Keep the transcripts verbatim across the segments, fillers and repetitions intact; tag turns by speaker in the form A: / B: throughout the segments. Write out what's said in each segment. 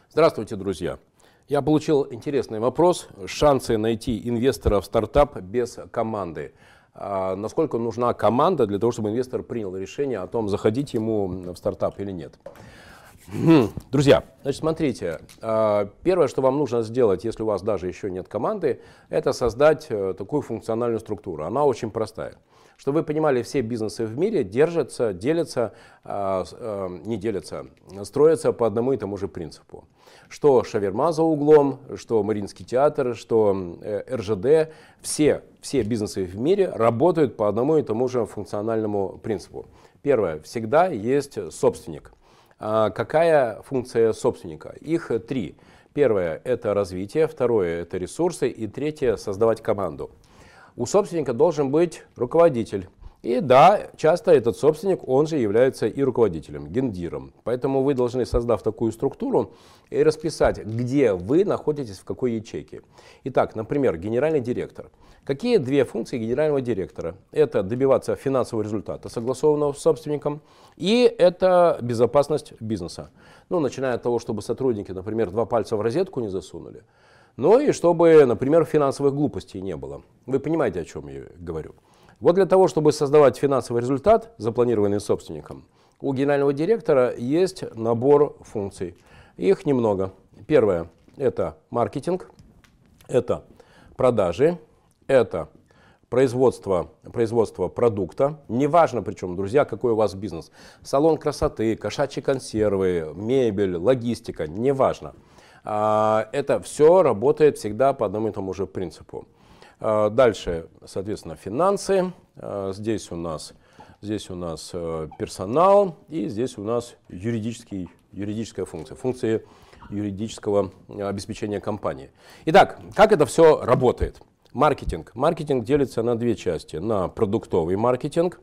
A: Здравствуйте, друзья! Я получил интересный вопрос. Шансы найти инвестора в стартап без команды. А насколько нужна команда для того, чтобы инвестор принял решение о том, заходить ему в стартап или нет? Друзья, значит, смотрите. Первое, что вам нужно сделать, если у вас даже еще нет команды, это создать такую функциональную структуру. Она очень простая. Чтобы вы понимали, все бизнесы в мире держатся, делятся, не делятся, строятся по одному и тому же принципу. Что шаверма за углом, что Мариинский театр, что эр жэ дэ, все, все бизнесы в мире работают по одному и тому же функциональному принципу. Первое, всегда есть собственник. Какая функция собственника? Их три. Первое – это развитие, второе – это ресурсы и третье – создавать команду. У собственника должен быть руководитель. И да, часто этот собственник, он же является и руководителем, гендиром. Поэтому вы должны, создав такую структуру, и расписать, где вы находитесь, в какой ячейке. Итак, например, генеральный директор. Какие две функции генерального директора? Это добиваться финансового результата, согласованного с собственником, и это безопасность бизнеса. Ну, начиная от того, чтобы сотрудники, например, два пальца в розетку не засунули. Ну и чтобы, например, финансовых глупостей не было. Вы понимаете, о чем я говорю. Вот для того, чтобы создавать финансовый результат, запланированный собственником, у генерального директора есть набор функций. Их немного. Первое – это маркетинг, это продажи, это производство, производство продукта. Неважно причем, друзья, какой у вас бизнес. Салон красоты, кошачьи консервы, мебель, логистика, неважно. Это все работает всегда по одному и тому же принципу. Дальше, соответственно, финансы. Здесь у нас, здесь у нас персонал и здесь у нас юридический, юридическая функция, функции юридического обеспечения компании. Итак, как это все работает? Маркетинг. Маркетинг делится на две части. На продуктовый маркетинг.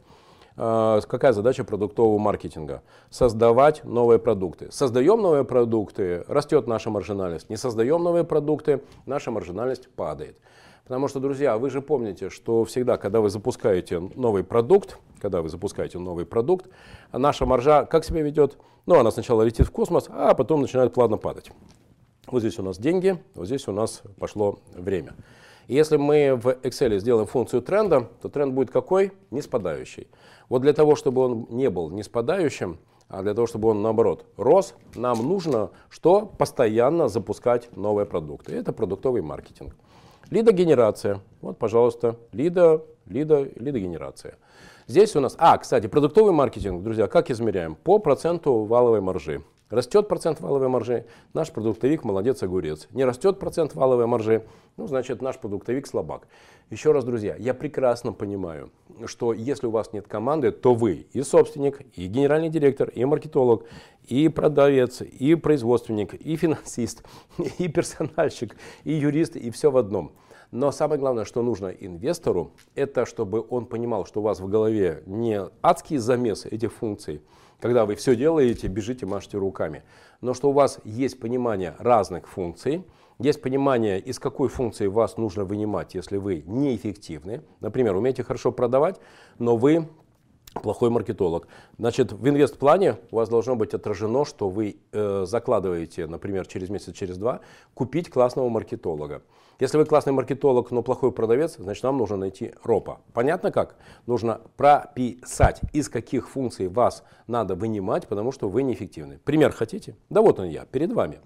A: Какая задача продуктового маркетинга? Создавать новые продукты. Создаем новые продукты, растет наша маржинальность. Не создаем новые продукты, наша маржинальность падает. Потому что, друзья, вы же помните, что всегда, когда вы запускаете новый продукт, когда вы запускаете новый продукт, наша маржа как себя ведет? Ну, она сначала летит в космос, а потом начинает плавно падать. Вот здесь у нас деньги, вот здесь у нас пошло время. И если мы в Excel сделаем функцию тренда, то тренд будет какой? Ниспадающий. Вот для того, чтобы он не был ниспадающим, а для того, чтобы он, наоборот, рос, нам нужно что? Постоянно запускать новые продукты. Это продуктовый маркетинг. Лидогенерация. Вот, пожалуйста, лида, лида, лидогенерация. Здесь у нас... А, кстати, продуктовый маркетинг, друзья, как измеряем? По проценту валовой маржи. Растет процент валовой маржи, наш продуктовик молодец, огурец. Не растет процент валовой маржи, ну, значит, наш продуктовик слабак. Еще раз, друзья, я прекрасно понимаю, что если у вас нет команды, то вы и собственник, и генеральный директор, и маркетолог, и продавец, и производственник, и финансист, и персональщик, и юрист, и все в одном. Но самое главное, что нужно инвестору, это чтобы он понимал, что у вас в голове не адский замес этих функций, когда вы все делаете, бежите, машете руками, но что у вас есть понимание разных функций, есть понимание, из какой функции вас нужно вынимать, если вы неэффективны. Например, умеете хорошо продавать, но вы плохой маркетолог. Значит, в инвест-плане у вас должно быть отражено, что вы э, закладываете, например, через месяц, через два, купить классного маркетолога. Если вы классный маркетолог, но плохой продавец, значит, нам нужно найти ропа. Понятно как? Нужно прописать, из каких функций вас надо вынимать, потому что вы неэффективны. Пример хотите? Да вот он я, перед вами.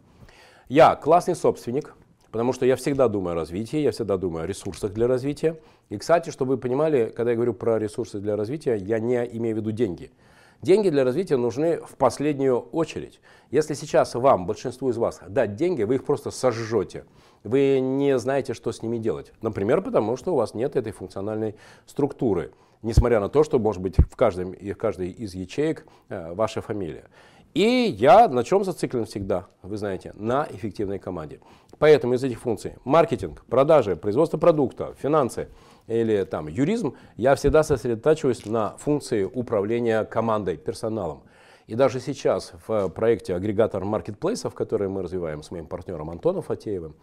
A: Я классный собственник, потому что я всегда думаю о развитии, я всегда думаю о ресурсах для развития. И, кстати, чтобы вы понимали, когда я говорю про ресурсы для развития, я не имею в виду деньги. Деньги для развития нужны в последнюю очередь. Если сейчас вам, большинству из вас, дать деньги, вы их просто сожжете. Вы не знаете, что с ними делать. Например, потому что у вас нет этой функциональной структуры. Несмотря на то, что может быть в, каждом, в каждой из ячеек э, ваша фамилия. И я на чем зациклен всегда, вы знаете, на эффективной команде. Поэтому из этих функций маркетинг, продажи, производство продукта, финансы или там юризм, я всегда сосредотачиваюсь на функции управления командой, персоналом. И даже сейчас в проекте агрегатор маркетплейсов, который мы развиваем с моим партнером Антоном Фатеевым,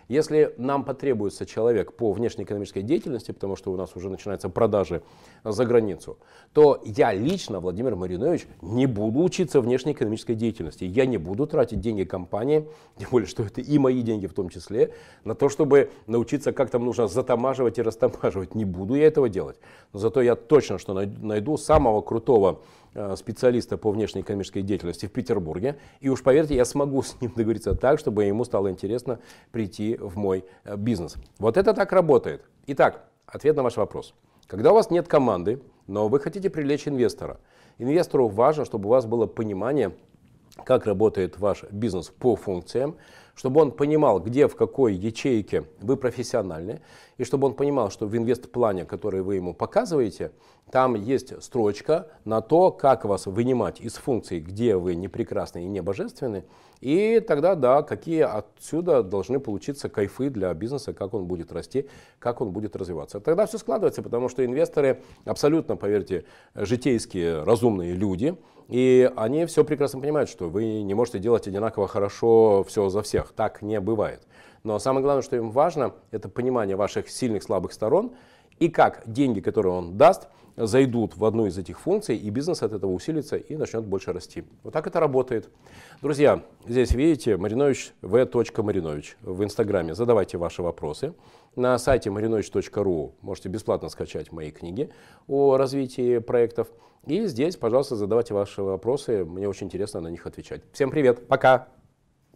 A: Если нам потребуется человек по внешнеэкономической деятельности, потому что у нас уже начинаются продажи за границу, то я лично, Владимир Маринович, не буду учиться внешнеэкономической деятельности. Я не буду тратить деньги компании, тем более, что это и мои деньги в том числе, на то, чтобы научиться, как там нужно затамаживать и растамаживать. Не буду я этого делать. Но зато я точно что найду самого крутого специалиста по внешнеэкономической деятельности в Петербурге. И уж поверьте, я смогу с ним договориться так, чтобы ему стало интересно прийти в мой бизнес. Вот это так работает. Итак, ответ на ваш вопрос. Когда у вас нет команды, но вы хотите привлечь инвестора, инвестору важно, чтобы у вас было понимание, как работает ваш бизнес по функциям, чтобы он понимал, где, в какой ячейке вы профессиональны, и чтобы он понимал, что в инвест-плане, который вы ему показываете, там есть строчка на то, как вас вынимать из функций, где вы не прекрасны и не божественны, и тогда, да, какие отсюда должны получиться кайфы для бизнеса, как он будет расти, как он будет развиваться. Тогда все складывается, потому что инвесторы абсолютно, поверьте, житейские, разумные люди, и они все прекрасно понимают, что вы не можете делать одинаково хорошо все за всех. Так не бывает. Но самое главное, что им важно, это понимание ваших сильных, слабых сторон и как деньги, которые он даст, зайдут в одну из этих функций, и бизнес от этого усилится и начнет больше расти. Вот так это работает. Друзья, здесь видите Маринович в. Маринович в Инстаграме. Задавайте ваши вопросы. На сайте маринович точка ру можете бесплатно скачать мои книги о развитии проектов. И здесь, пожалуйста, задавайте ваши вопросы. Мне очень интересно на них отвечать. Всем привет, пока!